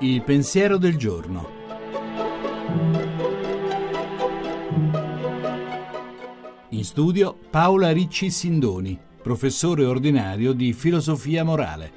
Il pensiero del giorno. In studio Paola Ricci Sindoni, professore ordinario di filosofia morale.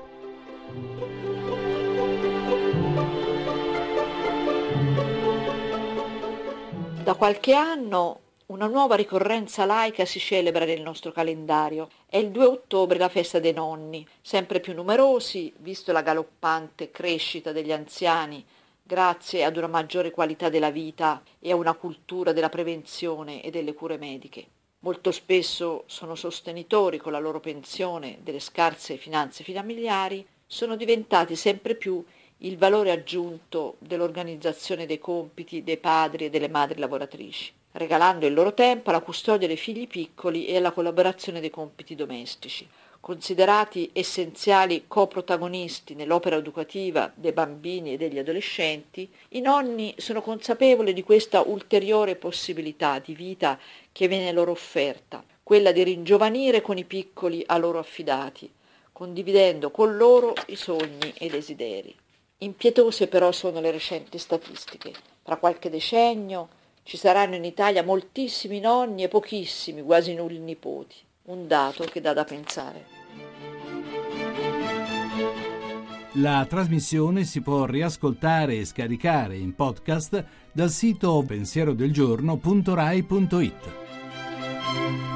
Da qualche anno una nuova ricorrenza laica si celebra nel nostro calendario. È il 2 ottobre la festa dei nonni, sempre più numerosi, visto la galoppante crescita degli anziani, grazie ad una maggiore qualità della vita e a una cultura della prevenzione e delle cure mediche. Molto spesso sono sostenitori, con la loro pensione, delle scarse finanze familiari, sono diventati sempre più il valore aggiunto dell'organizzazione dei compiti dei padri e delle madri lavoratrici, regalando il loro tempo alla custodia dei figli piccoli e alla collaborazione dei compiti domestici. Considerati essenziali coprotagonisti nell'opera educativa dei bambini e degli adolescenti, i nonni sono consapevoli di questa ulteriore possibilità di vita che viene loro offerta, quella di ringiovanire con i piccoli a loro affidati, condividendo con loro i sogni e i desideri. Impietose però sono le recenti statistiche. Tra qualche decennio ci saranno in Italia moltissimi nonni e pochissimi, quasi nulli nipoti. Un dato che dà da pensare. La trasmissione si può riascoltare e scaricare in podcast dal sito pensierodelgiorno.rai.it.